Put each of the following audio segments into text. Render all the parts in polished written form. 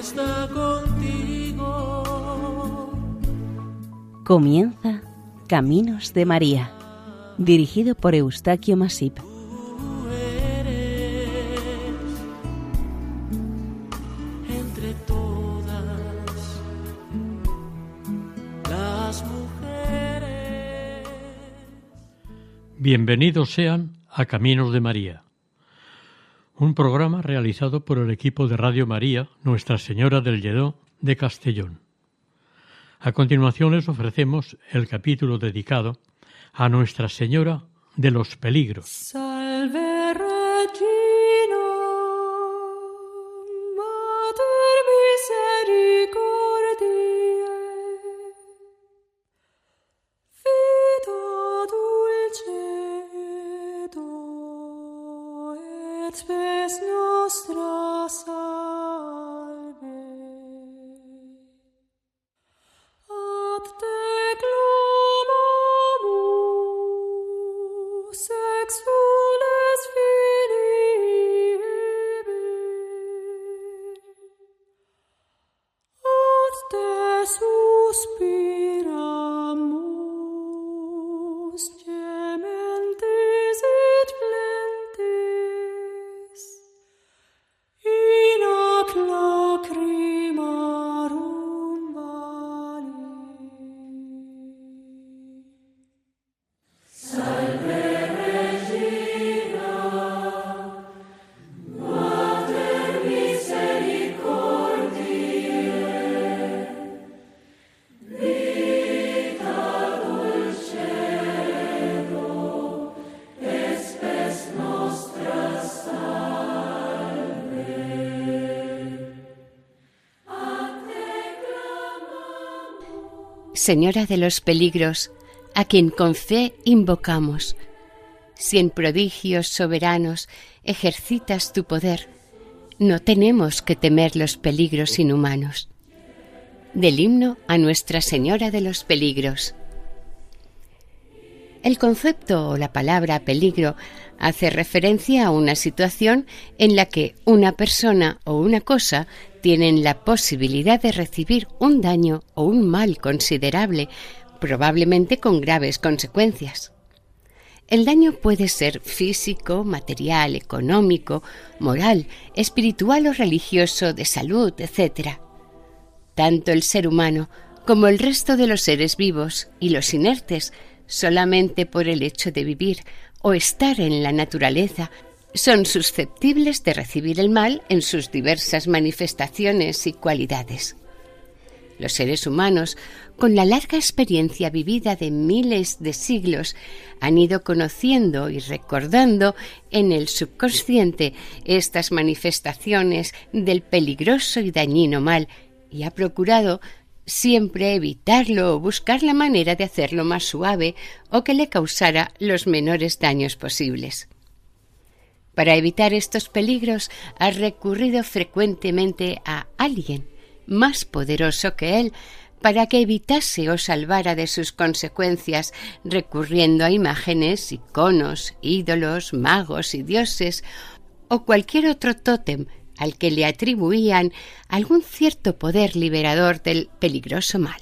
está contigo. Comienza Caminos de María, dirigido por Eustaquio Masip. Bienvenidos sean a Caminos de María, un programa realizado por el equipo de Radio María Nuestra Señora del Lledó de Castellón. A continuación les ofrecemos el capítulo dedicado a Nuestra Señora de los Peligros. Salve Regina, Mater Misericordiae, Vita dulcedo et spes nostra salve. Ad te clamamus, exules Filii Hebrae. Ad te suspiramus, gementes et flentes, in ac lacrimarum vali. Salve Regina, Mater Misericordiae, Vita dulcedo et spes nostra salve. Señora de los peligros, a quien con fe invocamos, si en prodigios soberanos ejercitas tu poder, no tenemos que temer los peligros inhumanos. Del himno a Nuestra Señora de los Peligros. El concepto o la palabra peligro hace referencia a una situación en la que una persona o una cosa tienen la posibilidad de recibir un daño o un mal considerable, probablemente con graves consecuencias. El daño puede ser físico, material, económico, moral, espiritual o religioso, de salud, etc. Tanto el ser humano como el resto de los seres vivos y los inertes, solamente por el hecho de vivir o estar en la naturaleza, son susceptibles de recibir el mal en sus diversas manifestaciones y cualidades. Los seres humanos, con la larga experiencia vivida de miles de siglos, han ido conociendo y recordando en el subconsciente estas manifestaciones del peligroso y dañino mal, y ha procurado siempre evitarlo o buscar la manera de hacerlo más suave o que le causara los menores daños posibles. Para evitar estos peligros ha recurrido frecuentemente a alguien más poderoso que él para que evitase o salvara de sus consecuencias, recurriendo a imágenes, iconos, ídolos, magos y dioses o cualquier otro tótem al que le atribuían algún cierto poder liberador del peligroso mal.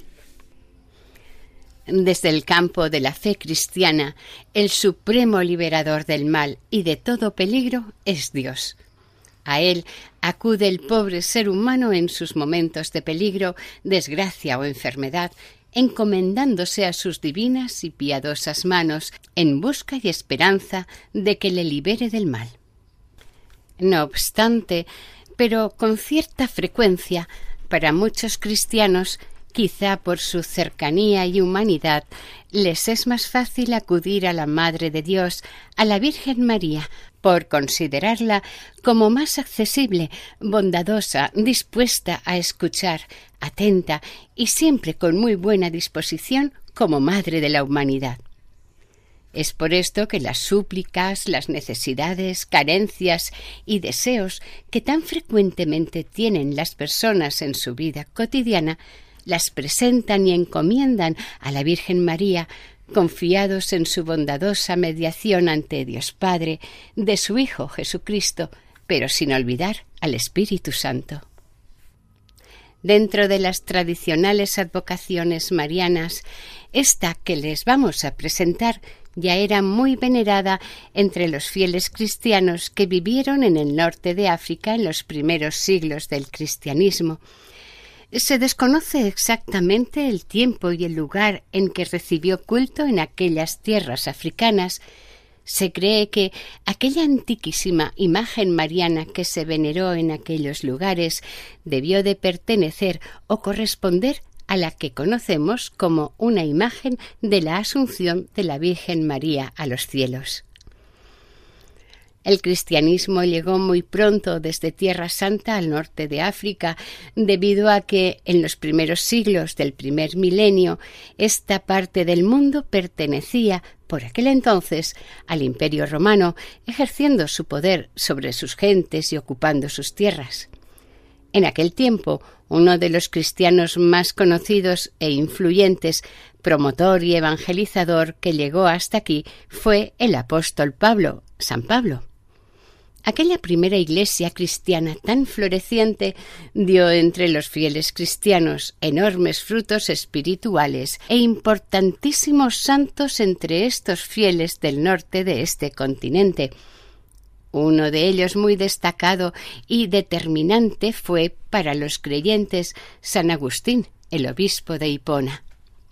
Desde el campo de la fe cristiana, el supremo liberador del mal y de todo peligro es Dios. A Él acude el pobre ser humano en sus momentos de peligro, desgracia o enfermedad, encomendándose a sus divinas y piadosas manos en busca y esperanza de que le libere del mal. No obstante, pero con cierta frecuencia, para muchos cristianos, quizá por su cercanía y humanidad, les es más fácil acudir a la Madre de Dios, a la Virgen María, por considerarla como más accesible, bondadosa, dispuesta a escuchar, atenta y siempre con muy buena disposición como Madre de la humanidad. Es por esto que las súplicas, las necesidades, carencias y deseos que tan frecuentemente tienen las personas en su vida cotidiana las presentan y encomiendan a la Virgen María, confiados en su bondadosa mediación ante Dios Padre, de su Hijo Jesucristo, pero sin olvidar al Espíritu Santo. Dentro de las tradicionales advocaciones marianas, esta que les vamos a presentar ya era muy venerada entre los fieles cristianos que vivieron en el norte de África en los primeros siglos del cristianismo. Se desconoce exactamente el tiempo y el lugar en que recibió culto en aquellas tierras africanas. Se cree que aquella antiquísima imagen mariana que se veneró en aquellos lugares debió de pertenecer o corresponder a la que conocemos como una imagen de la Asunción de la Virgen María a los cielos. El cristianismo llegó muy pronto desde Tierra Santa al norte de África, debido a que en los primeros siglos del primer milenio esta parte del mundo pertenecía por aquel entonces al Imperio Romano, ejerciendo su poder sobre sus gentes y ocupando sus tierras. En aquel tiempo, uno de los cristianos más conocidos e influyentes, promotor y evangelizador que llegó hasta aquí, fue el apóstol Pablo, San Pablo. Aquella primera iglesia cristiana tan floreciente dio entre los fieles cristianos enormes frutos espirituales e importantísimos santos entre estos fieles del norte de este continente. Uno de ellos muy destacado y determinante fue para los creyentes San Agustín, el obispo de Hipona.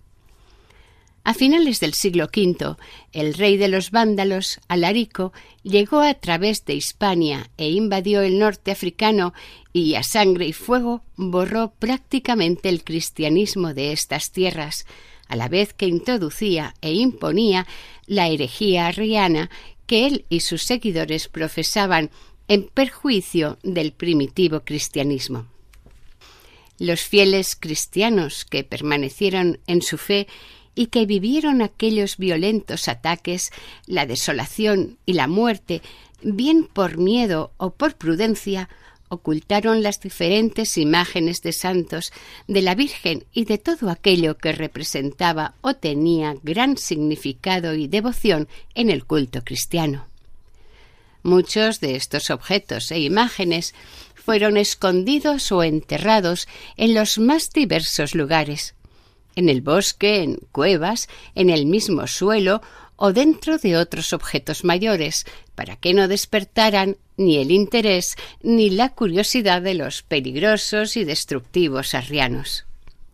A finales del siglo V, el rey de los vándalos, Alarico, llegó a través de Hispania e invadió el norte africano y a sangre y fuego borró prácticamente el cristianismo de estas tierras, a la vez que introducía e imponía la herejía arriana que él y sus seguidores profesaban en perjuicio del primitivo cristianismo. Los fieles cristianos que permanecieron en su fe y que vivieron aquellos violentos ataques, la desolación y la muerte, bien por miedo o por prudencia, ocultaron las diferentes imágenes de santos, de la Virgen y de todo aquello que representaba o tenía gran significado y devoción en el culto cristiano. Muchos de estos objetos e imágenes fueron escondidos o enterrados en los más diversos lugares, en el bosque, en cuevas, en el mismo suelo o dentro de otros objetos mayores, para que no despertaran ni el interés ni la curiosidad de los peligrosos y destructivos arrianos.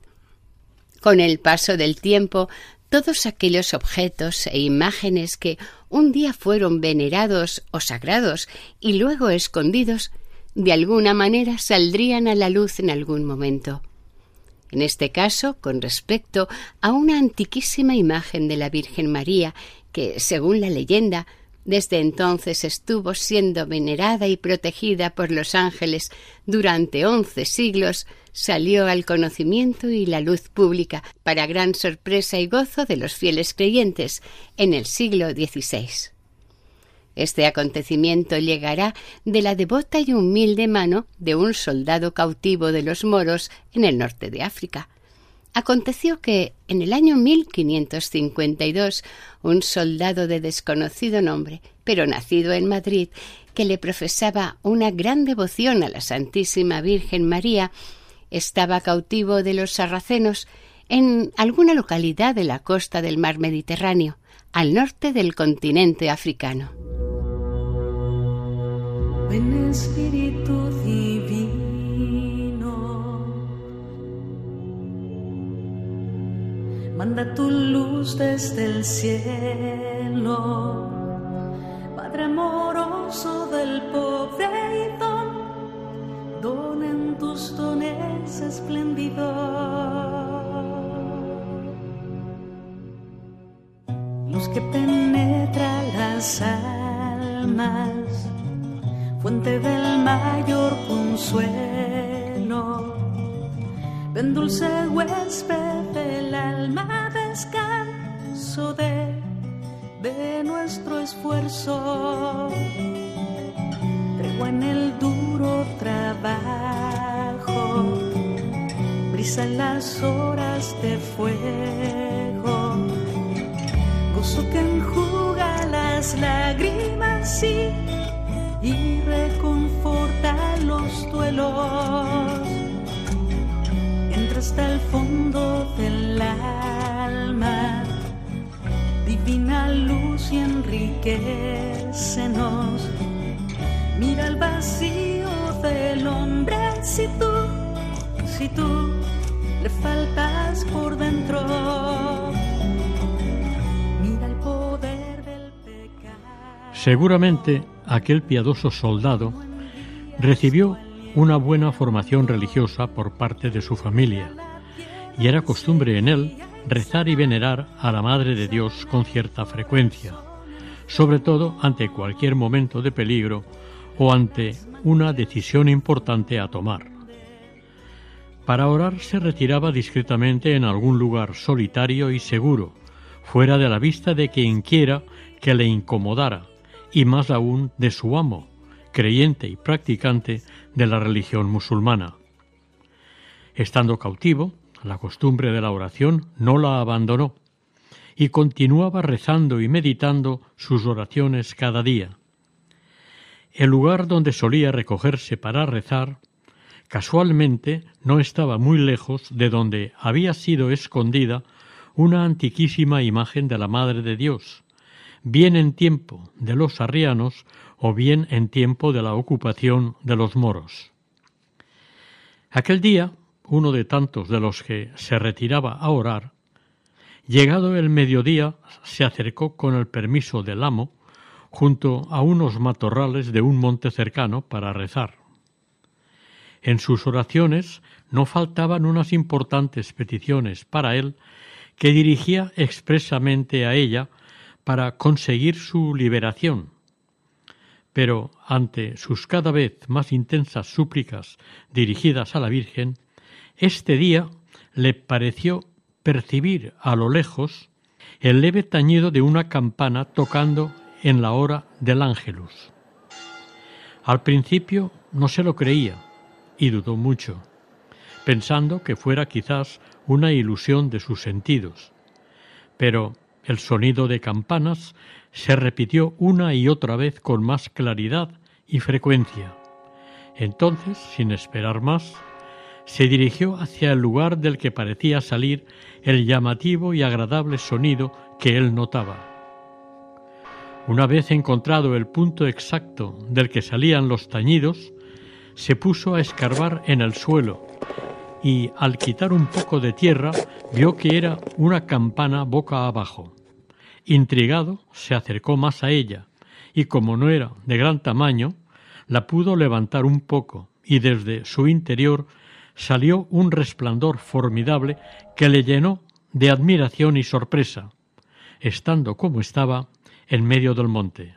Con el paso del tiempo, todos aquellos objetos e imágenes que un día fueron venerados o sagrados y luego escondidos, de alguna manera saldrían a la luz en algún momento. En este caso, con respecto a una antiquísima imagen de la Virgen María, que, según la leyenda, desde entonces estuvo siendo venerada y protegida por los ángeles durante 11 siglos, salió al conocimiento y la luz pública, para gran sorpresa y gozo de los fieles creyentes, en el siglo XVI. Este acontecimiento llegará de la devota y humilde mano de un soldado cautivo de los moros en el norte de África. Aconteció que, en el año 1552, un soldado de desconocido nombre, pero nacido en Madrid, que le profesaba una gran devoción a la Santísima Virgen María, estaba cautivo de los sarracenos en alguna localidad de la costa del mar Mediterráneo, al norte del continente africano. Ven Espíritu Divino, manda tu luz desde el cielo, Padre amoroso del pobre y don en tus dones espléndidos. Luz que penetra las almas, fuente del mayor consuelo, ven dulce huésped del alma, descanso de nuestro esfuerzo, tregua en el duro trabajo, brisa en las horas de fuego, gozo que enjuga las lágrimas y reconforta los duelos. hasta el fondo del alma. Divina luz y enriquecenos. Mira el vacío del hombre si tú le faltas por dentro. Mira el poder del pecado. Seguramente aquel piadoso soldado recibió una buena formación religiosa por parte de su familia, y era costumbre en él rezar y venerar a la Madre de Dios con cierta frecuencia, sobre todo ante cualquier momento de peligro o ante una decisión importante a tomar. Para orar se retiraba discretamente en algún lugar solitario y seguro, fuera de la vista de quien quiera que le incomodara, y más aún de su amo, creyente y practicante de la religión musulmana. Estando cautivo, la costumbre de la oración no la abandonó y continuaba rezando y meditando sus oraciones cada día. El lugar donde solía recogerse para rezar, casualmente no estaba muy lejos de donde había sido escondida una antiquísima imagen de la Madre de Dios, bien en tiempo de los arrianos o bien en tiempo de la ocupación de los moros. Aquel día, uno de tantos de los que se retiraba a orar, llegado el mediodía, se acercó con el permiso del amo junto a unos matorrales de un monte cercano para rezar. En sus oraciones no faltaban unas importantes peticiones para él que dirigía expresamente a ella para conseguir su liberación. Pero ante sus cada vez más intensas súplicas dirigidas a la Virgen, este día le pareció percibir a lo lejos el leve tañido de una campana tocando en la hora del Ángelus. Al principio no se lo creía y dudó mucho, pensando que fuera quizás una ilusión de sus sentidos. Pero el sonido de campanas se repitió una y otra vez con más claridad y frecuencia. Entonces, sin esperar más, se dirigió hacia el lugar del que parecía salir el llamativo y agradable sonido que él notaba. Una vez encontrado el punto exacto del que salían los tañidos, se puso a escarbar en el suelo y, al quitar un poco de tierra, vio que era una campana boca abajo. Intrigado, se acercó más a ella y, como no era de gran tamaño, la pudo levantar un poco y desde su interior salió un resplandor formidable que le llenó de admiración y sorpresa, estando como estaba en medio del monte.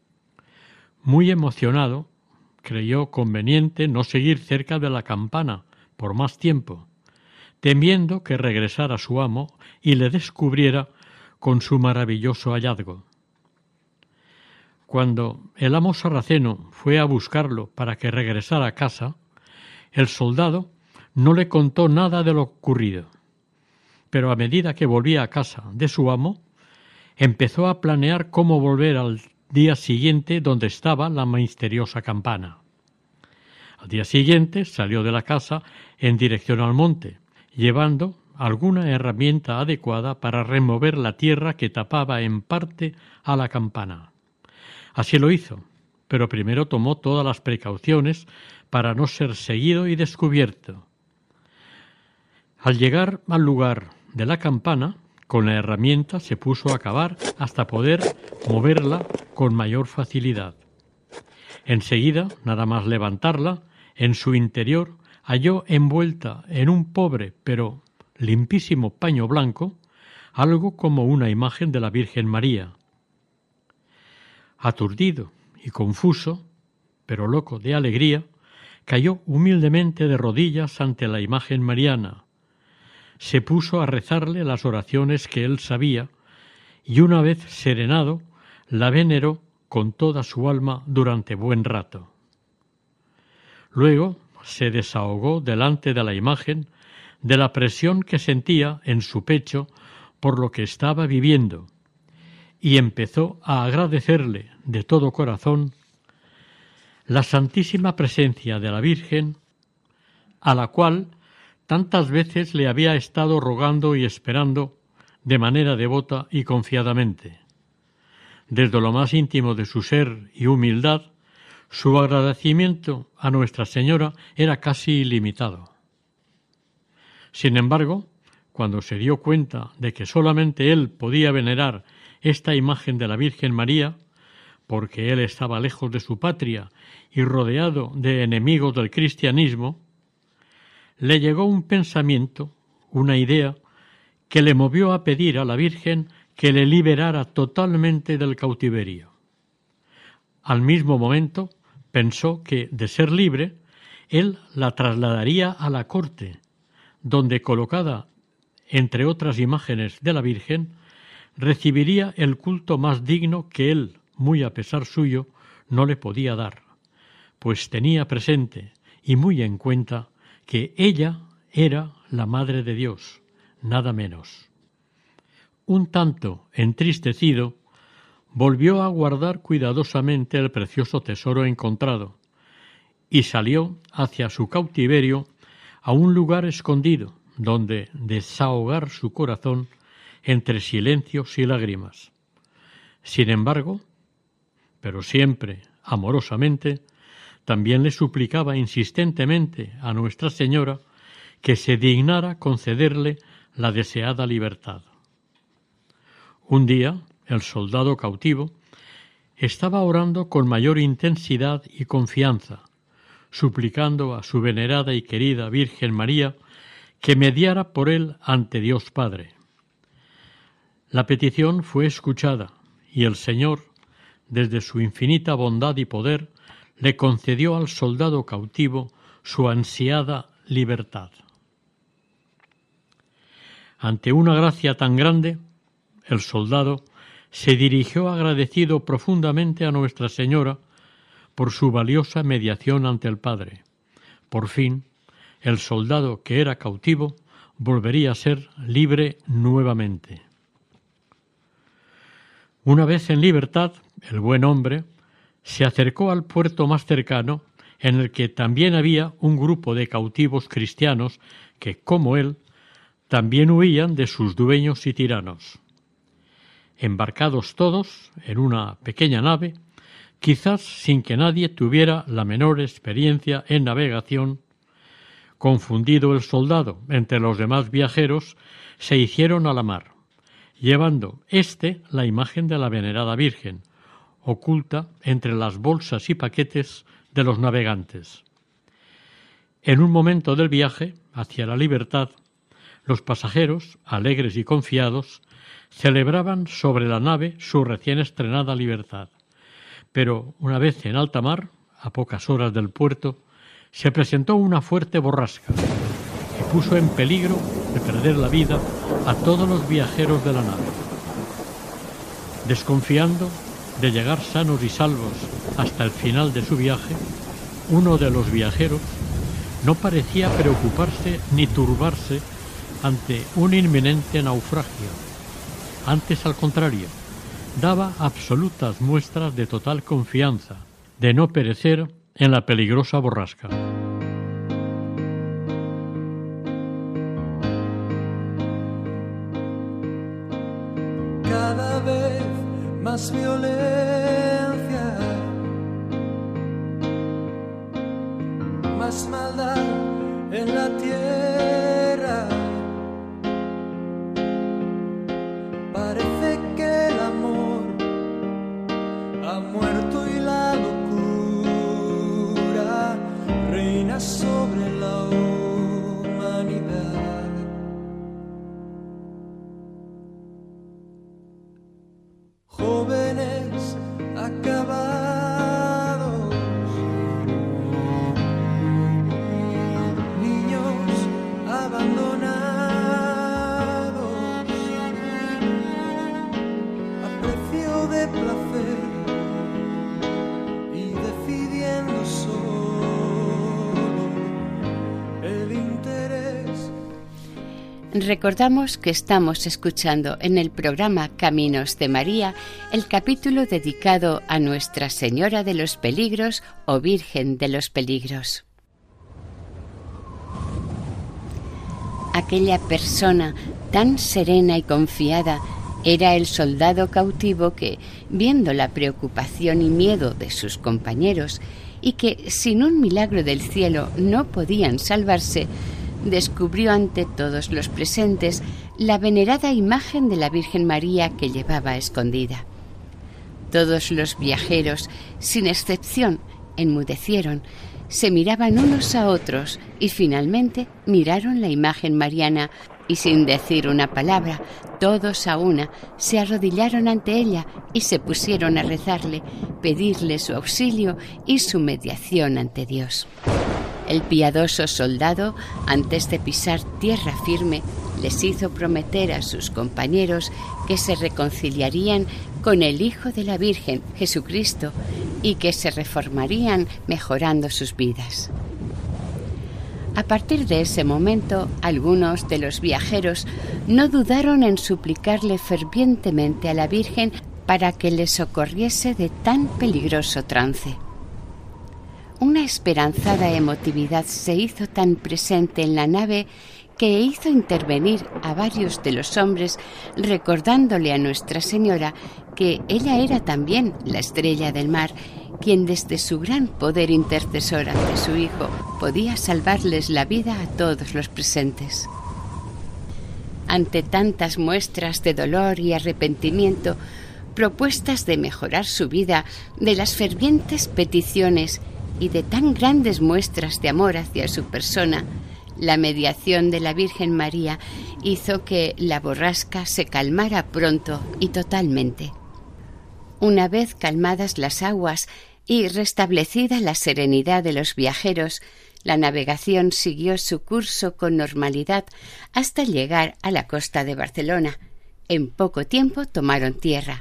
Muy emocionado, creyó conveniente no seguir cerca de la campana por más tiempo, temiendo que regresara su amo y le descubriera con su maravilloso hallazgo. Cuando el amo sarraceno fue a buscarlo para que regresara a casa, el soldado no le contó nada de lo ocurrido, pero a medida que volvía a casa de su amo, empezó a planear cómo volver al día siguiente donde estaba la misteriosa campana. Al día siguiente salió de la casa en dirección al monte, llevando alguna herramienta adecuada para remover la tierra que tapaba en parte a la campana. Así lo hizo, pero primero tomó todas las precauciones para no ser seguido y descubierto. Al llegar al lugar de la campana, con la herramienta se puso a cavar hasta poder moverla con mayor facilidad. Enseguida, nada más levantarla, en su interior halló envuelta en un pobre pero limpísimo paño blanco algo como una imagen de la Virgen María. Aturdido y confuso, pero loco de alegría, cayó humildemente de rodillas ante la imagen mariana. Se puso a rezarle las oraciones que él sabía y una vez serenado, la veneró con toda su alma durante buen rato. Luego se desahogó delante de la imagen de la presión que sentía en su pecho por lo que estaba viviendo y empezó a agradecerle de todo corazón la santísima presencia de la Virgen, a la cual tantas veces le había estado rogando y esperando de manera devota y confiadamente. Desde lo más íntimo de su ser y humildad, su agradecimiento a Nuestra Señora era casi ilimitado. Sin embargo, cuando se dio cuenta de que solamente él podía venerar esta imagen de la Virgen María, porque él estaba lejos de su patria y rodeado de enemigos del cristianismo, le llegó un pensamiento, una idea, que le movió a pedir a la Virgen que le liberara totalmente del cautiverio. Al mismo momento pensó que, de ser libre, él la trasladaría a la corte, donde, colocada entre otras imágenes de la Virgen, recibiría el culto más digno que él, muy a pesar suyo, no le podía dar, pues tenía presente y muy en cuenta que ella era la Madre de Dios, nada menos. Un tanto entristecido, volvió a guardar cuidadosamente el precioso tesoro encontrado y salió hacia su cautiverio a un lugar escondido donde desahogar su corazón entre silencios y lágrimas. Sin embargo, pero siempre amorosamente, también le suplicaba insistentemente a Nuestra Señora que se dignara concederle la deseada libertad. Un día, el soldado cautivo estaba orando con mayor intensidad y confianza, suplicando a su venerada y querida Virgen María que mediara por él ante Dios Padre. La petición fue escuchada y el Señor, desde su infinita bondad y poder, le concedió al soldado cautivo su ansiada libertad. Ante una gracia tan grande, el soldado se dirigió agradecido profundamente a Nuestra Señora por su valiosa mediación ante el Padre. Por fin, el soldado que era cautivo volvería a ser libre nuevamente. Una vez en libertad, el buen hombre se acercó al puerto más cercano, en el que también había un grupo de cautivos cristianos que, como él, también huían de sus dueños y tiranos. Embarcados todos en una pequeña nave, quizás sin que nadie tuviera la menor experiencia en navegación, confundido el soldado entre los demás viajeros, se hicieron a la mar, llevando la imagen de la venerada Virgen, oculta entre las bolsas y paquetes de los navegantes. En un momento del viaje hacia la libertad, los pasajeros, alegres y confiados, celebraban sobre la nave su recién estrenada libertad. Pero una vez en alta mar, a pocas horas del puerto, se presentó una fuerte borrasca que puso en peligro de perder la vida a todos los viajeros de la nave. Desconfiando de llegar sanos y salvos hasta el final de su viaje, uno de los viajeros no parecía preocuparse ni turbarse ante un inminente naufragio. Antes, al contrario, daba absolutas muestras de total confianza, de no perecer en la peligrosa borrasca. Cada vez más violencia, más maldad en la tierra. Parece que el amor ha muerto y la locura reina sobre la humanidad. Jóvenes acabados, niños abandonados, a precio de placer y decidiendo solo el interés. Recordamos que estamos escuchando en el programa Caminos de María el capítulo dedicado a Nuestra Señora de los Peligros o Virgen de los Peligros. Aquella persona tan serena y confiada era el soldado cautivo que, viendo la preocupación y miedo de sus compañeros y que sin un milagro del cielo no podían salvarse, descubrió ante todos los presentes la venerada imagen de la Virgen María que llevaba escondida. Todos los viajeros, sin excepción, enmudecieron, se miraban unos a otros y finalmente miraron la imagen mariana y sin decir una palabra, todos a una, se arrodillaron ante ella y se pusieron a rezarle, pedirle su auxilio y su mediación ante Dios. El piadoso soldado, antes de pisar tierra firme, les hizo prometer a sus compañeros que se reconciliarían con el Hijo de la Virgen, Jesucristo, y que se reformarían mejorando sus vidas. A partir de ese momento, algunos de los viajeros no dudaron en suplicarle fervientemente a la Virgen para que les socorriese de tan peligroso trance. Una esperanzada emotividad se hizo tan presente en la nave que hizo intervenir a varios de los hombres recordándole a Nuestra Señora que ella era también la estrella del mar, quien desde su gran poder intercesor ante su Hijo podía salvarles la vida a todos los presentes. Ante tantas muestras de dolor y arrepentimiento, propuestas de mejorar su vida, de las fervientes peticiones y de tan grandes muestras de amor hacia su persona, la mediación de la Virgen María hizo que la borrasca se calmara pronto y totalmente. Una vez calmadas las aguas y restablecida la serenidad de los viajeros, la navegación siguió su curso con normalidad hasta llegar a la costa de Barcelona. En poco tiempo tomaron tierra.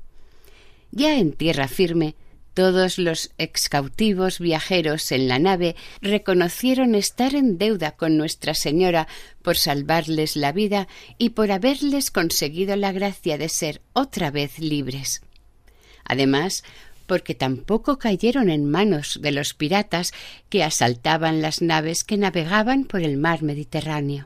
Ya en tierra firme, todos los excautivos viajeros en la nave reconocieron estar en deuda con Nuestra Señora por salvarles la vida y por haberles conseguido la gracia de ser otra vez libres. Además, porque tampoco cayeron en manos de los piratas que asaltaban las naves que navegaban por el mar Mediterráneo.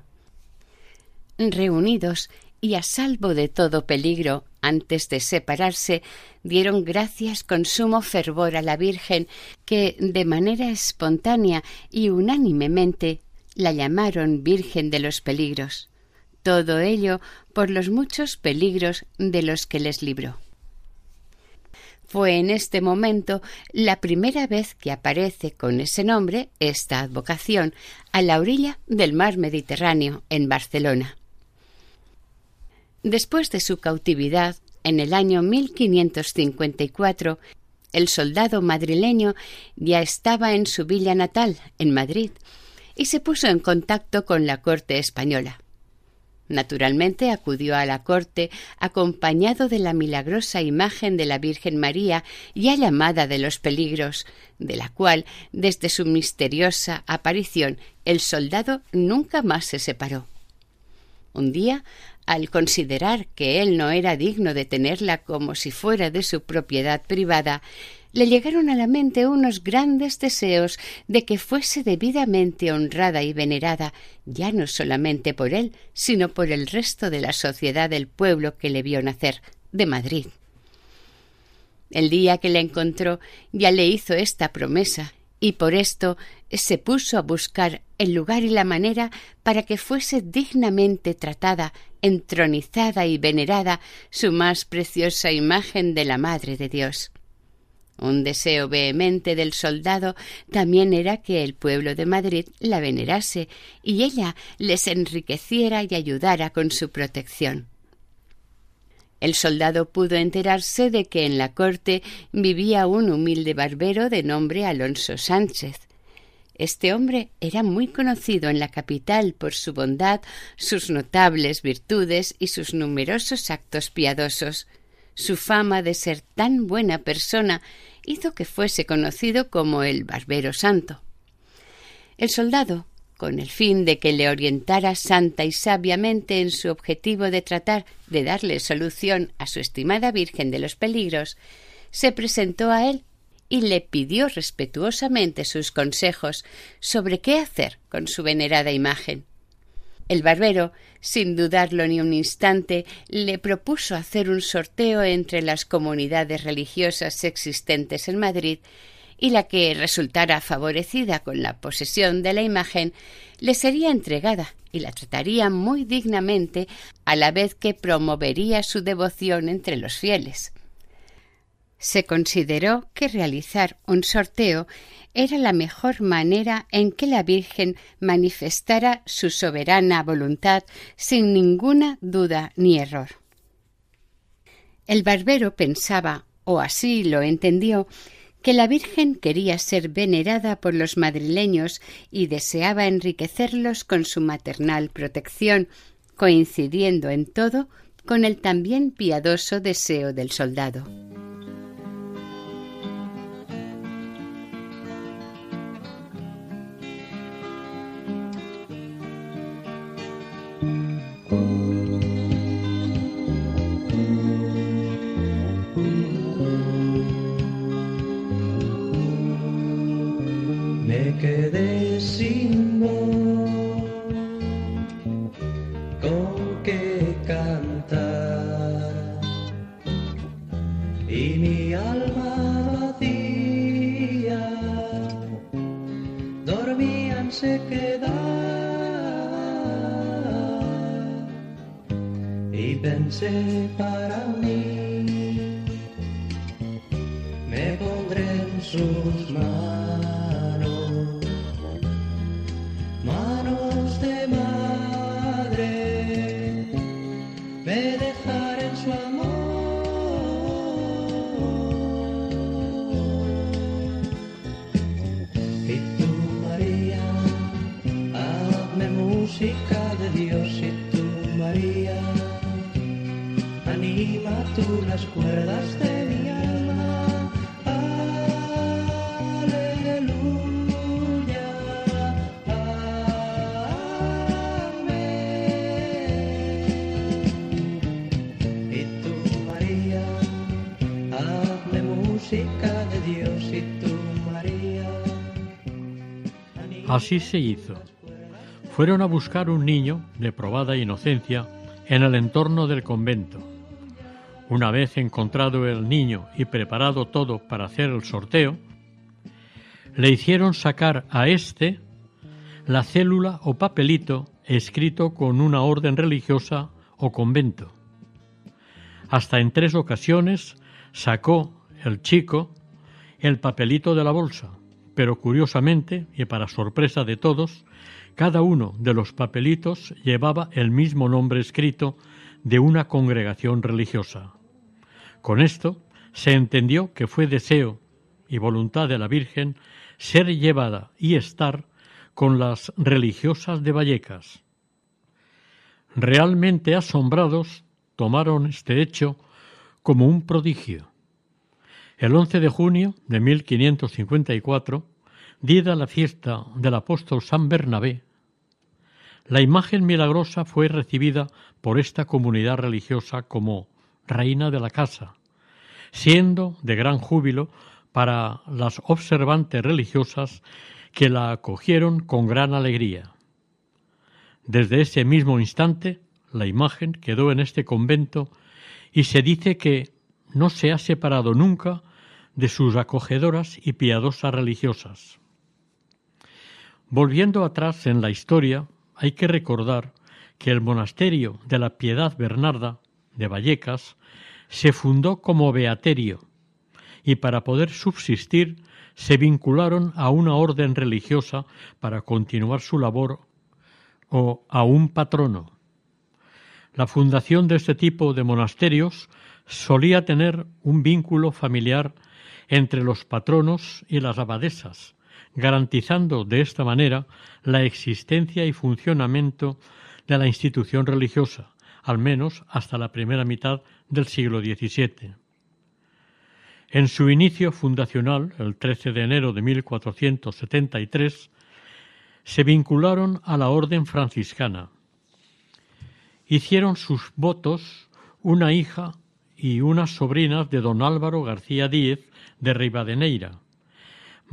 Reunidos y a salvo de todo peligro, antes de separarse, dieron gracias con sumo fervor a la Virgen, que de manera espontánea y unánimemente la llamaron Virgen de los Peligros. Todo ello por los muchos peligros de los que les libró. Fue en este momento la primera vez que aparece con ese nombre esta advocación a la orilla del mar Mediterráneo, en Barcelona. Después de su cautividad, en el año 1554, el soldado madrileño ya estaba en su villa natal, en Madrid, y se puso en contacto con la corte española. Naturalmente acudió a la corte acompañado de la milagrosa imagen de la Virgen María, ya llamada de los Peligros, de la cual, desde su misteriosa aparición, el soldado nunca más se separó. Un día, al considerar que él no era digno de tenerla como si fuera de su propiedad privada, le llegaron a la mente unos grandes deseos de que fuese debidamente honrada y venerada, ya no solamente por él, sino por el resto de la sociedad del pueblo que le vio nacer, de Madrid. El día que le encontró ya le hizo esta promesa, y por esto se puso a buscar el lugar y la manera para que fuese dignamente tratada, entronizada y venerada su más preciosa imagen de la Madre de Dios. Un deseo vehemente del soldado también era que el pueblo de Madrid la venerase y ella les enriqueciera y ayudara con su protección. El soldado pudo enterarse de que en la corte vivía un humilde barbero de nombre Alonso Sánchez. Este hombre era muy conocido en la capital por su bondad, sus notables virtudes y sus numerosos actos piadosos. Su fama de ser tan buena persona hizo que fuese conocido como el Barbero Santo. El soldado, con el fin de que le orientara santa y sabiamente en su objetivo de tratar de darle solución a su estimada Virgen de los Peligros, se presentó a él y le pidió respetuosamente sus consejos sobre qué hacer con su venerada imagen. El barbero, sin dudarlo ni un instante, le propuso hacer un sorteo entre las comunidades religiosas existentes en Madrid, y la que resultara favorecida con la posesión de la imagen le sería entregada y la trataría muy dignamente, a la vez que promovería su devoción entre los fieles. Se consideró que realizar un sorteo era la mejor manera en que la Virgen manifestara su soberana voluntad sin ninguna duda ni error. El barbero pensaba, o así lo entendió, que la Virgen quería ser venerada por los madrileños y deseaba enriquecerlos con su maternal protección, coincidiendo en todo con el también piadoso deseo del soldado. Me quedé sin voz con qué cantar y mi alma vacía dormía en sequedad y pensé para mí me pondré en sus manos de madre, me dejaré en su amor. Y tú, María, hazme música de Dios. Y tú, María, anima tú las cuerdas de mi alma. Así se hizo. Fueron a buscar un niño de probada inocencia en el entorno del convento. Una vez encontrado el niño y preparado todo para hacer el sorteo, le hicieron sacar a éste la célula o papelito escrito con una orden religiosa o convento. Hasta en 3 ocasiones sacó el chico el papelito de la bolsa, pero curiosamente, y para sorpresa de todos, cada uno de los papelitos llevaba el mismo nombre escrito de una congregación religiosa. Con esto se entendió que fue deseo y voluntad de la Virgen ser llevada y estar con las religiosas de Vallecas. Realmente asombrados, tomaron este hecho como un prodigio. El 11 de junio de 1554, día de la fiesta del apóstol San Bernabé, la imagen milagrosa fue recibida por esta comunidad religiosa como reina de la casa, siendo de gran júbilo para las observantes religiosas que la acogieron con gran alegría. Desde ese mismo instante, la imagen quedó en este convento y se dice que no se ha separado nunca de sus acogedoras y piadosas religiosas. Volviendo atrás en la historia, hay que recordar que el monasterio de la Piedad Bernarda de Vallecas se fundó como beaterio y para poder subsistir se vincularon a una orden religiosa para continuar su labor o a un patrono. La fundación de este tipo de monasterios solía tener un vínculo familiar entre los patronos y las abadesas, garantizando de esta manera la existencia y funcionamiento de la institución religiosa, al menos hasta la primera mitad del siglo XVII. En su inicio fundacional, el 13 de enero de 1473, se vincularon a la orden franciscana. Hicieron sus votos una hija y unas sobrinas de don Álvaro García Díez de Rivadeneira,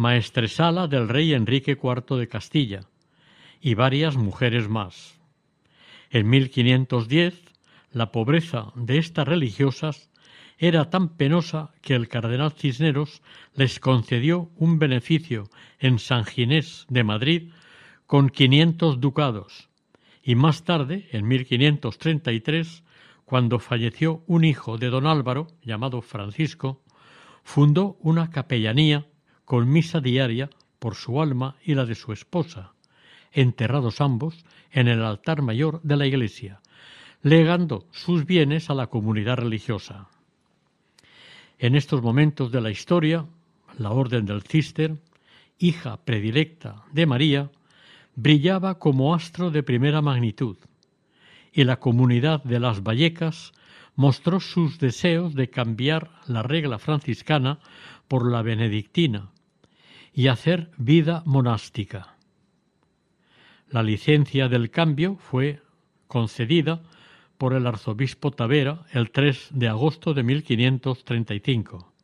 maestresala del rey Enrique IV de Castilla, y varias mujeres más. En 1510, la pobreza de estas religiosas era tan penosa que el cardenal Cisneros les concedió un beneficio en San Ginés de Madrid con 500 ducados, y más tarde, en 1533, cuando falleció un hijo de don Álvaro, llamado Francisco, fundó una capellanía con misa diaria por su alma y la de su esposa, enterrados ambos en el altar mayor de la iglesia, legando sus bienes a la comunidad religiosa. En estos momentos de la historia, la Orden del Císter, hija predilecta de María, brillaba como astro de primera magnitud, y la comunidad de las Vallecas mostró sus deseos de cambiar la regla franciscana por la benedictina y hacer vida monástica. La licencia del cambio fue concedida por el arzobispo Tavera el 3 de agosto de 1535.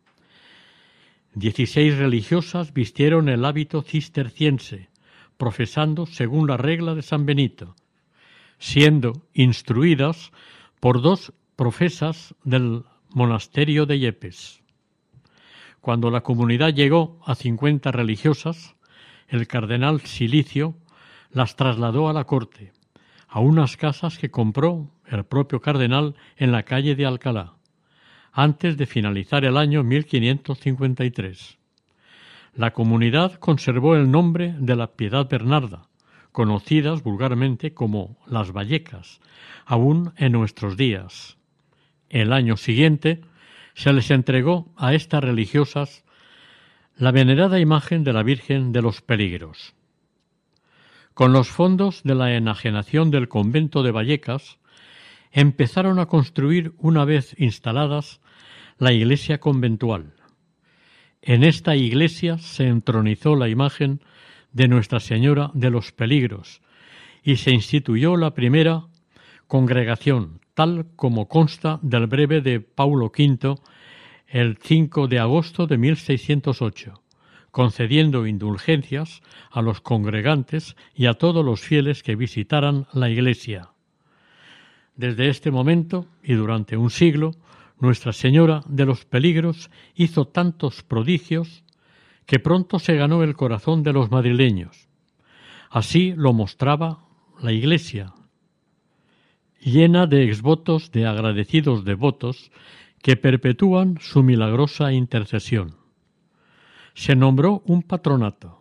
16 religiosas vistieron el hábito cisterciense, profesando según la regla de San Benito, siendo instruidas por 2 profesas del monasterio de Yepes. Cuando la comunidad llegó a 50 religiosas, el cardenal Silicio las trasladó a la corte, a unas casas que compró el propio cardenal en la calle de Alcalá, antes de finalizar el año 1553. La comunidad conservó el nombre de la Piedad Bernarda, conocidas vulgarmente como las Vallecas, aún en nuestros días. El año siguiente se les entregó a estas religiosas la venerada imagen de la Virgen de los Peligros. Con los fondos de la enajenación del convento de Vallecas, empezaron a construir, una vez instaladas, la iglesia conventual. En esta iglesia se entronizó la imagen de Nuestra Señora de los Peligros y se instituyó la primera congregación, tal como consta del breve de Paulo V el 5 de agosto de 1608, concediendo indulgencias a los congregantes y a todos los fieles que visitaran la iglesia. Desde este momento y durante un siglo, Nuestra Señora de los Peligros hizo tantos prodigios que pronto se ganó el corazón de los madrileños. Así lo mostraba la iglesia, llena de exvotos de agradecidos devotos que perpetúan su milagrosa intercesión. Se nombró un patronato.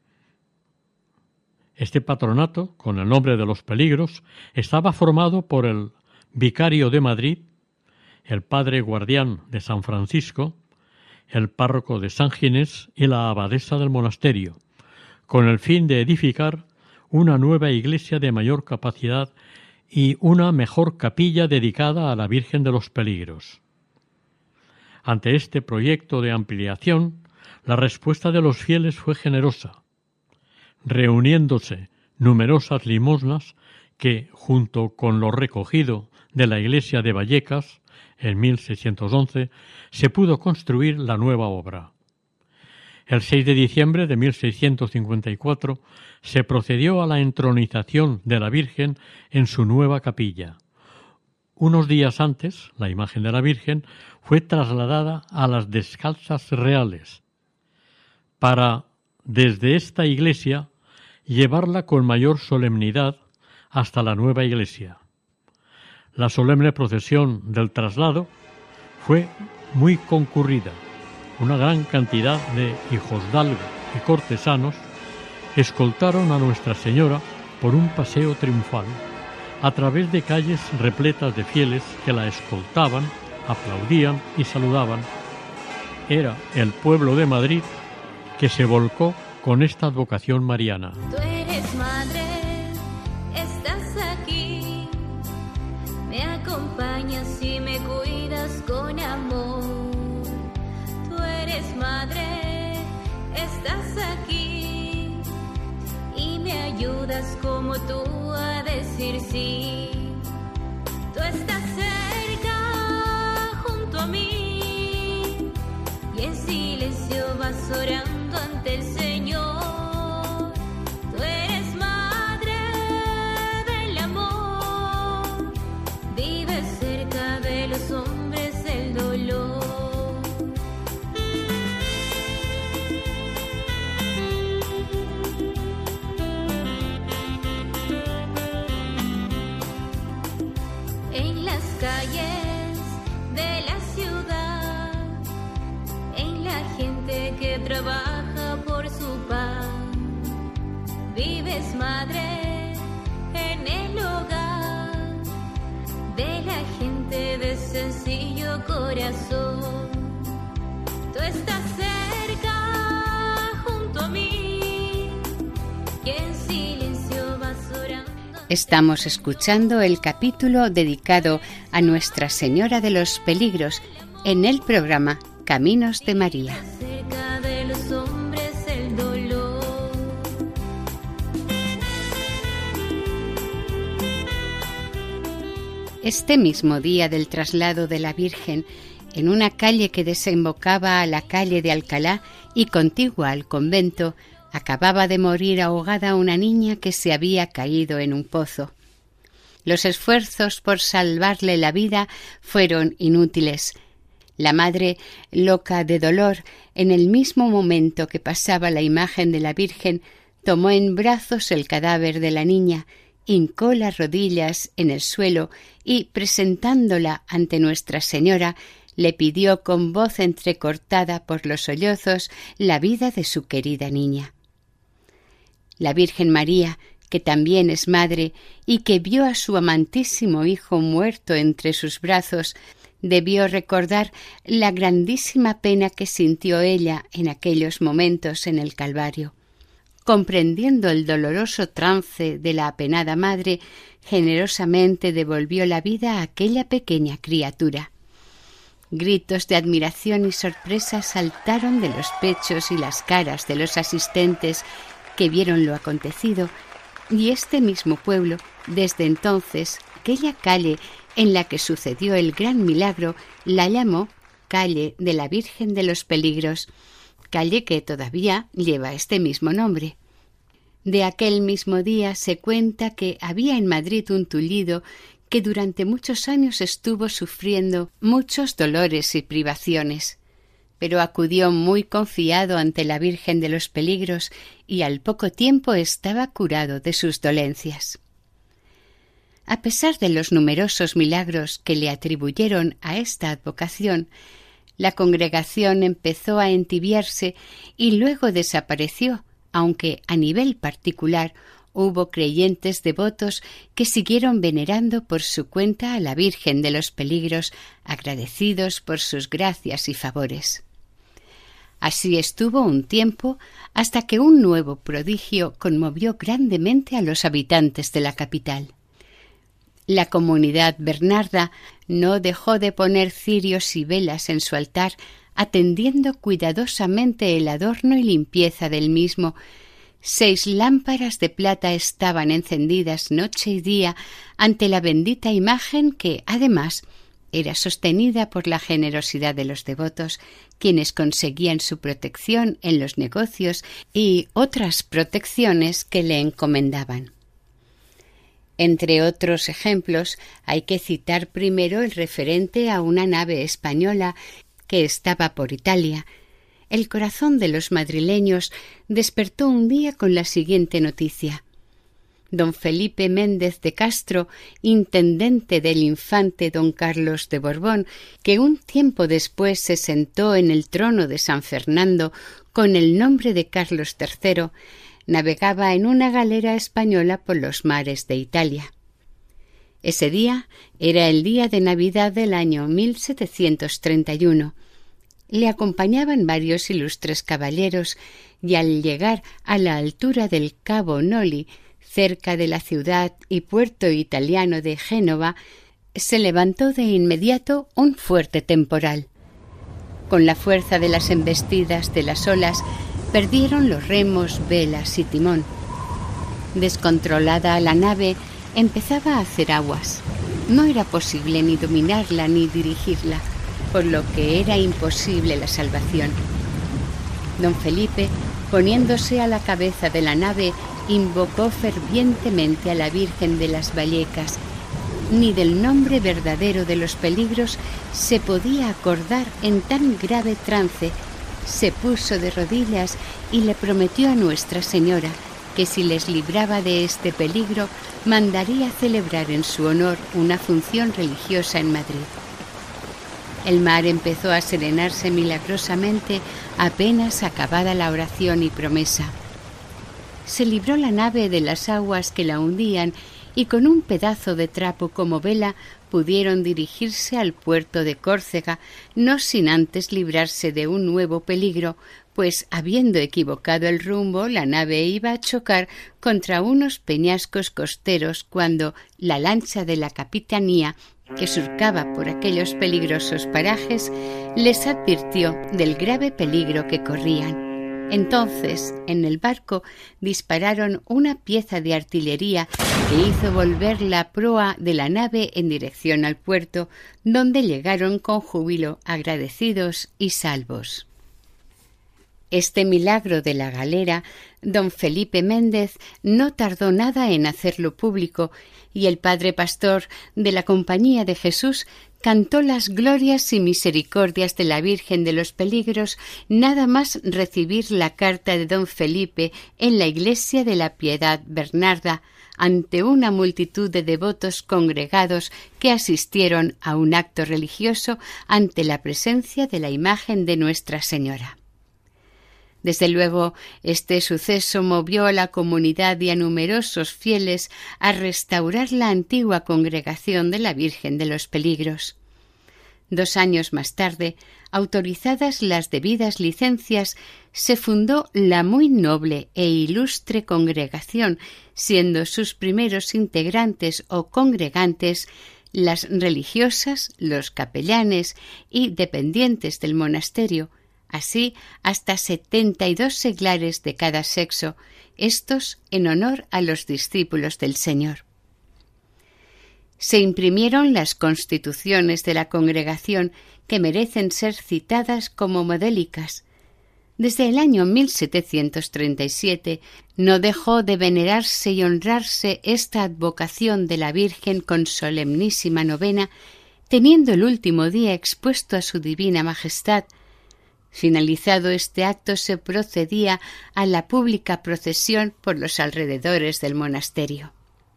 Este patronato, con el nombre de los Peligros, estaba formado por el vicario de Madrid, el padre guardián de San Francisco, el párroco de San Ginés y la abadesa del monasterio, con el fin de edificar una nueva iglesia de mayor capacidad y una mejor capilla dedicada a la Virgen de los Peligros. Ante este proyecto de ampliación, la respuesta de los fieles fue generosa, reuniéndose numerosas limosnas que, junto con lo recogido de la iglesia de Vallecas, en 1611, se pudo construir la nueva obra. El 6 de diciembre de 1654 se procedió a la entronización de la Virgen en su nueva capilla. Unos días antes, la imagen de la Virgen fue trasladada a las Descalzas Reales para, desde esta iglesia, llevarla con mayor solemnidad hasta la nueva iglesia. La solemne procesión del traslado fue muy concurrida. Una gran cantidad de hijosdalgo y cortesanos escoltaron a Nuestra Señora por un paseo triunfal a través de calles repletas de fieles que la escoltaban, aplaudían y saludaban. Era el pueblo de Madrid que se volcó con esta advocación mariana. Tú eres madre, estás aquí, me acompañas y me cuidas con amor. Tú eres madre, estás aquí y me ayudas como tú a decir sí. Tú estás cerca junto a mí y en silencio vas orando ante el Señor. Tú eres madre del amor vives, Madre, en el hogar de la gente de sencillo corazón. Tú estás cerca junto a mí, y en silencio vas orando. Estamos escuchando el capítulo dedicado a Nuestra Señora de los Peligros en el programa Caminos de María. Cerca de los hombres el dolor. Este mismo día del traslado de la Virgen, en una calle que desembocaba a la calle de Alcalá y contigua al convento, acababa de morir ahogada una niña que se había caído en un pozo. Los esfuerzos por salvarle la vida fueron inútiles. La madre, loca de dolor, en el mismo momento que pasaba la imagen de la Virgen, tomó en brazos el cadáver de la niña, hincó las rodillas en el suelo y, presentándola ante Nuestra Señora, le pidió con voz entrecortada por los sollozos la vida de su querida niña. La Virgen María, que también es madre y que vio a su amantísimo hijo muerto entre sus brazos, debió recordar la grandísima pena que sintió ella en aquellos momentos en el Calvario. Comprendiendo el doloroso trance de la apenada madre, generosamente devolvió la vida a aquella pequeña criatura. Gritos de admiración y sorpresa saltaron de los pechos y las caras de los asistentes que vieron lo acontecido, y este mismo pueblo, desde entonces, aquella calle en la que sucedió el gran milagro, la llamó Calle de la Virgen de los Peligros, calle que todavía lleva este mismo nombre. De aquel mismo día se cuenta que había en Madrid un tullido que durante muchos años estuvo sufriendo muchos dolores y privaciones, pero acudió muy confiado ante la Virgen de los Peligros y al poco tiempo estaba curado de sus dolencias. A pesar de los numerosos milagros que le atribuyeron a esta advocación, la congregación empezó a entibiarse y luego desapareció, aunque a nivel particular hubo creyentes devotos que siguieron venerando por su cuenta a la Virgen de los Peligros, agradecidos por sus gracias y favores. Así estuvo un tiempo hasta que un nuevo prodigio conmovió grandemente a los habitantes de la capital. La comunidad bernarda no dejó de poner cirios y velas en su altar, atendiendo cuidadosamente el adorno y limpieza del mismo. 6 lámparas de plata estaban encendidas noche y día ante la bendita imagen que, además, era sostenida por la generosidad de los devotos, quienes conseguían su protección en los negocios y otras protecciones que le encomendaban. Entre otros ejemplos, hay que citar primero el referente a una nave española que estaba por Italia. El corazón de los madrileños despertó un día con la siguiente noticia. Don Felipe Méndez de Castro, intendente del infante don Carlos de Borbón, que un tiempo después se sentó en el trono de San Fernando con el nombre de Carlos III, navegaba en una galera española por los mares de Italia. Ese día era el día de Navidad del año 1731. Le acompañaban varios ilustres caballeros y al llegar a la altura del Cabo Noli, cerca de la ciudad y puerto italiano de Génova, se levantó de inmediato un fuerte temporal. Con la fuerza de las embestidas de las olas, perdieron los remos, velas y timón. Descontrolada la nave empezaba a hacer aguas. No era posible ni dominarla ni dirigirla, por lo que era imposible la salvación. Don Felipe, poniéndose a la cabeza de la nave, invocó fervientemente a la Virgen de las Vallecas. Ni del nombre verdadero de los peligros se podía acordar en tan grave trance. Se puso de rodillas y le prometió a Nuestra Señora que si les libraba de este peligro, mandaría celebrar en su honor una función religiosa en Madrid. El mar empezó a serenarse milagrosamente apenas acabada la oración y promesa. se libró la nave de las aguas que la hundían y con un pedazo de trapo como vela pudieron dirigirse al puerto de Córcega, no sin antes librarse de un nuevo peligro, pues habiendo equivocado el rumbo, la nave iba a chocar contra unos peñascos costeros cuando la lancha de la capitanía, que surcaba por aquellos peligrosos parajes, les advirtió del grave peligro que corrían. Entonces, en el barco dispararon una pieza de artillería que hizo volver la proa de la nave en dirección al puerto, donde llegaron con júbilo, agradecidos y salvos. Este milagro de la galera, don Felipe Méndez no tardó nada en hacerlo público, y el padre pastor de la Compañía de Jesús cantó las glorias y misericordias de la Virgen de los Peligros nada más recibir la carta de don Felipe en la iglesia de la Piedad Bernarda, ante una multitud de devotos congregados que asistieron a un acto religioso ante la presencia de la imagen de Nuestra Señora. Desde luego, este suceso movió a la comunidad y a numerosos fieles a restaurar la antigua congregación de la Virgen de los Peligros. 2 años más tarde, autorizadas las debidas licencias, se fundó la muy noble e ilustre congregación, siendo sus primeros integrantes o congregantes las religiosas, los capellanes y dependientes del monasterio, así hasta 72 seglares de cada sexo, estos en honor a los discípulos del Señor. Se imprimieron las constituciones de la congregación, que merecen ser citadas como modélicas. Desde el año 1737 no dejó de venerarse y honrarse esta advocación de la Virgen con solemnísima novena, teniendo el último día expuesto a su divina majestad. Finalizado este acto, se procedía a la pública procesión por los alrededores del monasterio.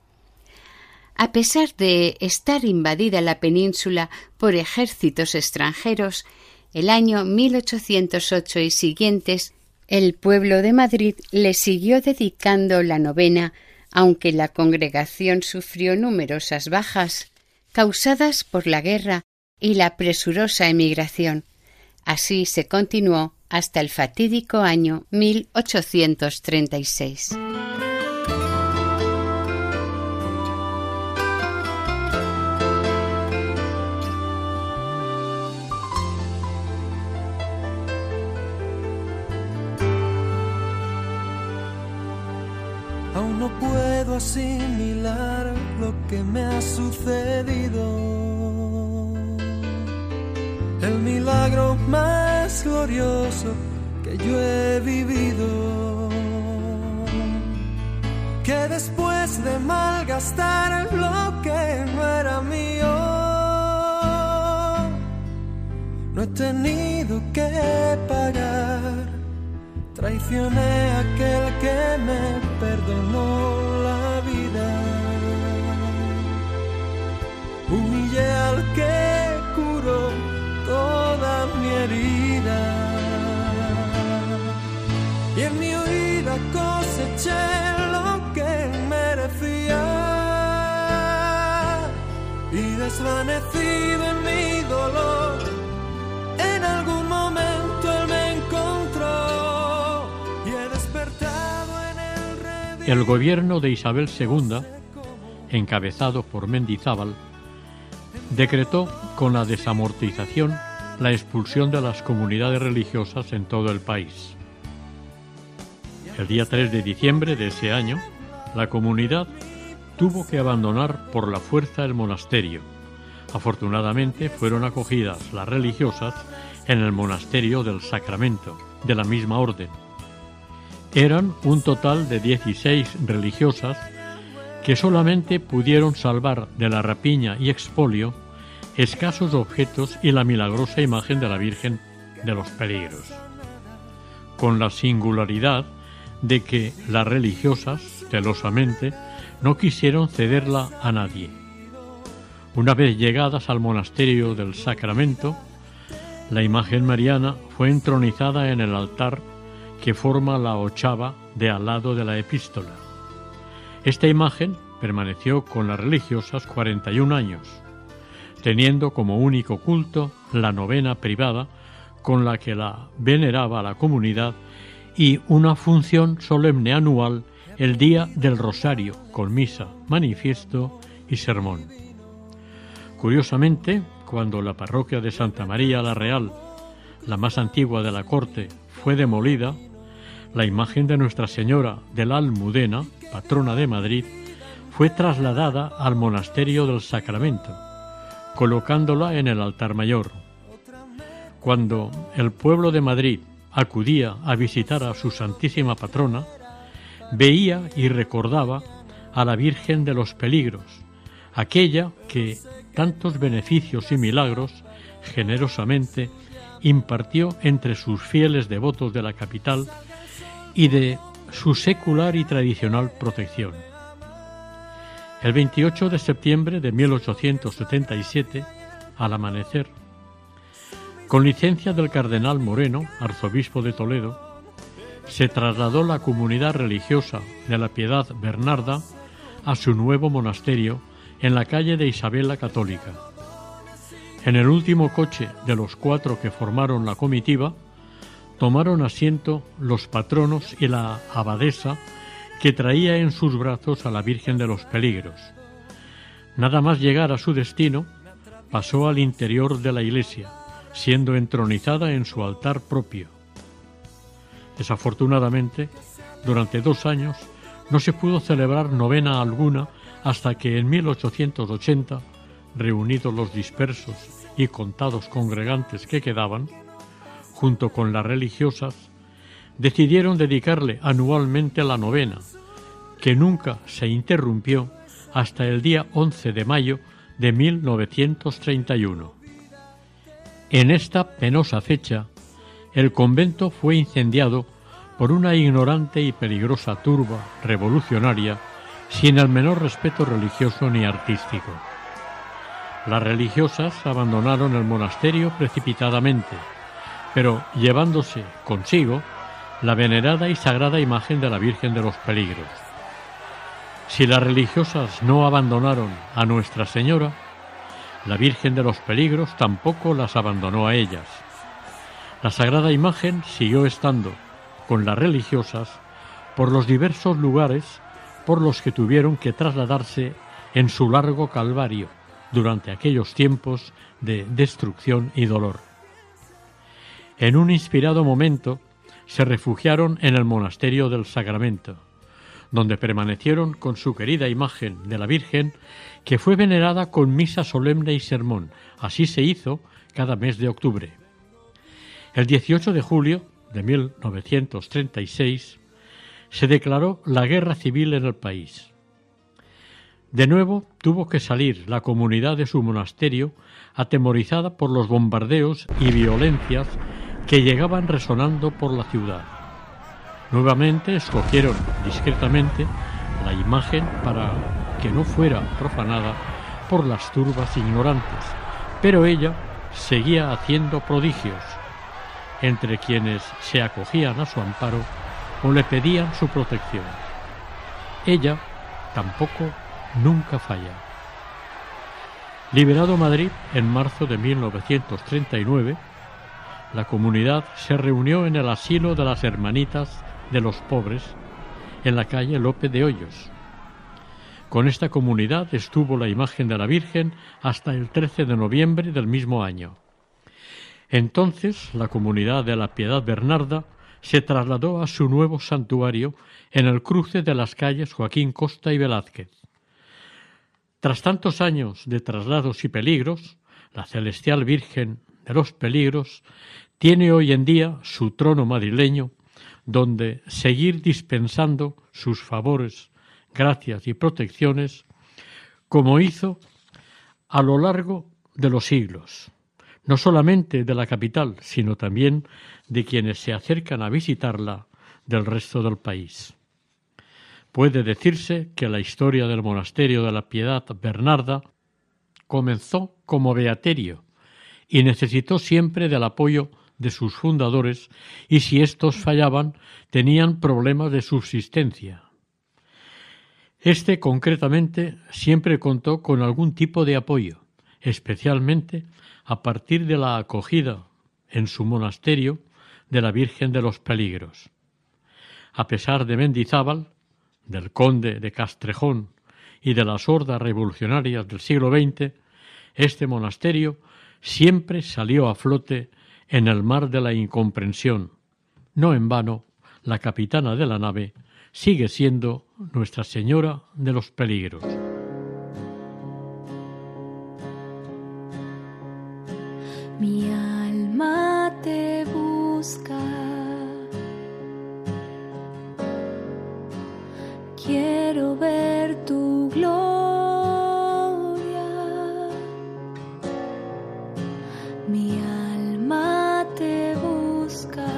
A pesar de estar invadida la península por ejércitos extranjeros, el año 1808 y siguientes, el pueblo de Madrid le siguió dedicando la novena, aunque la congregación sufrió numerosas bajas, causadas por la guerra y la presurosa emigración. Así se continuó hasta el fatídico año 1836. Aún no puedo asimilar lo que me ha sucedido. El milagro más glorioso que yo he vivido, que después de malgastar lo que no era mío, no he tenido que pagar. Traicioné a aquel que me perdonó la vida, humillé al que curó toda mi herida, y en mi huida coseché lo que merecía, y desvanecido en mi dolor, en algún momento él me encontró, y he despertado en el redil. El gobierno de Isabel II, encabezado por Mendizábal, decretó con la desamortización la expulsión de las comunidades religiosas en todo el país. El día 3 de diciembre de ese año, la comunidad tuvo que abandonar por la fuerza el monasterio. Afortunadamente fueron acogidas las religiosas en el monasterio del Sacramento, de la misma orden. Eran un total de 16 religiosas que solamente pudieron salvar de la rapiña y expolio escasos objetos y la milagrosa imagen de la Virgen de los Peligros, con la singularidad de que las religiosas, celosamente, no quisieron cederla a nadie. Una vez llegadas al monasterio del Sacramento, la imagen mariana fue entronizada en el altar que forma la ochava de al lado de la epístola. Esta imagen permaneció con las religiosas 41 años, teniendo como único culto la novena privada con la que la veneraba la comunidad y una función solemne anual el día del Rosario, con misa, manifiesto y sermón. Curiosamente, cuando la parroquia de Santa María la Real, la más antigua de la corte, fue demolida, la imagen de Nuestra Señora de la Almudena, patrona de Madrid, fue trasladada al monasterio del Sacramento, colocándola en el altar mayor. Cuando el pueblo de Madrid acudía a visitar a su santísima patrona, veía y recordaba a la Virgen de los Peligros, aquella que tantos beneficios y milagros generosamente impartió entre sus fieles devotos de la capital y de su secular y tradicional protección. El 28 de septiembre de 1877, al amanecer, con licencia del cardenal Moreno, arzobispo de Toledo, se trasladó la comunidad religiosa de la Piedad Bernarda a su nuevo monasterio en la calle de Isabel la Católica. En el último coche de los 4 que formaron la comitiva, tomaron asiento los patronos y la abadesa que traía en sus brazos a la Virgen de los Peligros. Nada más llegar a su destino, pasó al interior de la iglesia, siendo entronizada en su altar propio. Desafortunadamente, durante 2 años no se pudo celebrar novena alguna hasta que en 1880, reunidos los dispersos y contados congregantes que quedaban, junto con las religiosas, decidieron dedicarle anualmente la novena, que nunca se interrumpió hasta el día 11 de mayo de 1931. En esta penosa fecha, el convento fue incendiado por una ignorante y peligrosa turba revolucionaria sin el menor respeto religioso ni artístico. Las religiosas abandonaron el monasterio precipitadamente, pero llevándose consigo la venerada y sagrada imagen de la Virgen de los Peligros. Si las religiosas no abandonaron a Nuestra Señora, la Virgen de los Peligros tampoco las abandonó a ellas. La sagrada imagen siguió estando con las religiosas por los diversos lugares por los que tuvieron que trasladarse en su largo calvario durante aquellos tiempos de destrucción y dolor. En un inspirado momento se refugiaron en el monasterio del Sacramento, donde permanecieron con su querida imagen de la Virgen, que fue venerada con misa solemne y sermón. Así se hizo cada mes de octubre. El 18 de julio de 1936 se declaró la guerra civil en el país. De nuevo tuvo que salir la comunidad de su monasterio atemorizada por los bombardeos y violencias que llegaban resonando por la ciudad. Nuevamente escogieron discretamente la imagen para que no fuera profanada por las turbas ignorantes, pero ella seguía haciendo prodigios entre quienes se acogían a su amparo o le pedían su protección. Ella tampoco nunca falla. Liberado Madrid en marzo de 1939, la comunidad se reunió en el asilo de las Hermanitas de los Pobres, en la calle López de Hoyos. Con esta comunidad estuvo la imagen de la Virgen hasta el 13 de noviembre del mismo año. Entonces la comunidad de la Piedad Bernarda se trasladó a su nuevo santuario en el cruce de las calles Joaquín Costa y Velázquez. Tras tantos años de traslados y peligros, la celestial Virgen de los Peligros tiene hoy en día su trono madrileño, donde seguir dispensando sus favores, gracias y protecciones, como hizo a lo largo de los siglos, no solamente de la capital, sino también de quienes se acercan a visitarla del resto del país. Puede decirse que la historia del monasterio de la Piedad Bernarda comenzó como beaterio y necesitó siempre del apoyo de sus fundadores y si estos fallaban tenían problemas de subsistencia. Este concretamente siempre contó con algún tipo de apoyo, especialmente a partir de la acogida en su monasterio de la Virgen de los Peligros. A pesar de Mendizábal, del conde de Castrejón y de las hordas revolucionarias del siglo XX, este monasterio siempre salió a flote en el mar de la incomprensión. No en vano, la capitana de la nave sigue siendo Nuestra Señora de los Peligros. Mi alma te busca, quiero ver tu gloria. Mi alma te busca,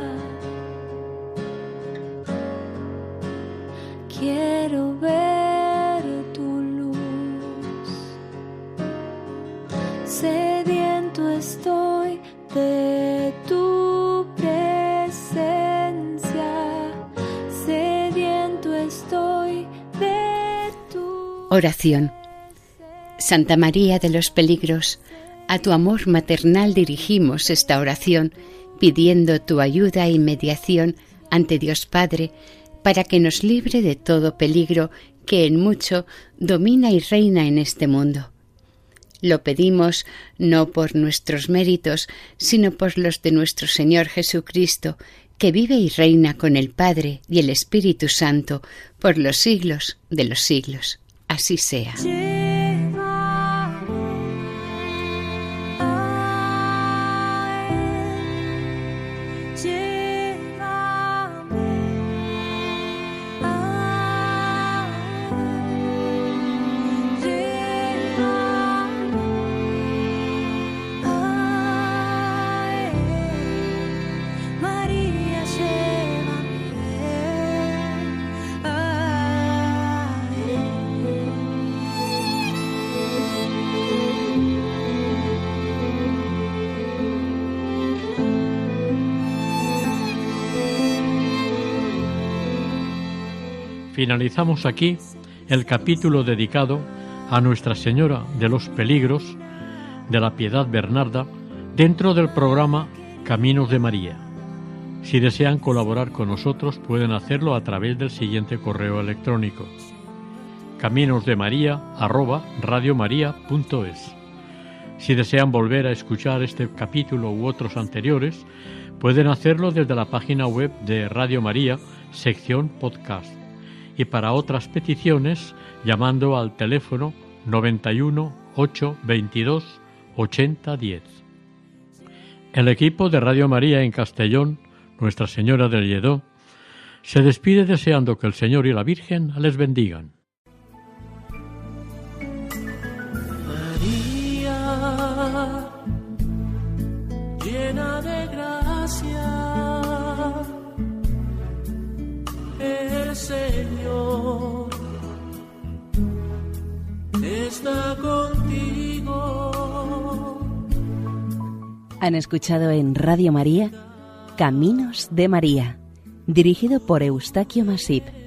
quiero ver tu luz. Sediento estoy de tu presencia, sediento estoy de tu... Oración. Santa María de los Peligros, a tu amor maternal dirigimos esta oración, pidiendo tu ayuda y mediación ante Dios Padre, para que nos libre de todo peligro que en mucho domina y reina en este mundo. Lo pedimos no por nuestros méritos, sino por los de nuestro Señor Jesucristo, que vive y reina con el Padre y el Espíritu Santo por los siglos de los siglos. Así sea. Finalizamos aquí el capítulo dedicado a Nuestra Señora de los Peligros de la Piedad Bernarda dentro del programa Caminos de María. Si desean colaborar con nosotros pueden hacerlo a través del siguiente correo electrónico: caminosdemaria@radiomaria.es. Si desean volver a escuchar este capítulo u otros anteriores, pueden hacerlo desde la página web de Radio María, sección podcast. Y para otras peticiones, llamando al teléfono 91 822 8010. El equipo de Radio María en Castellón, Nuestra Señora del Lledó, se despide deseando que el Señor y la Virgen les bendigan. María, llena de gracia, el Señor está contigo. Han escuchado en Radio María Caminos de María, dirigido por Eustaquio Masip.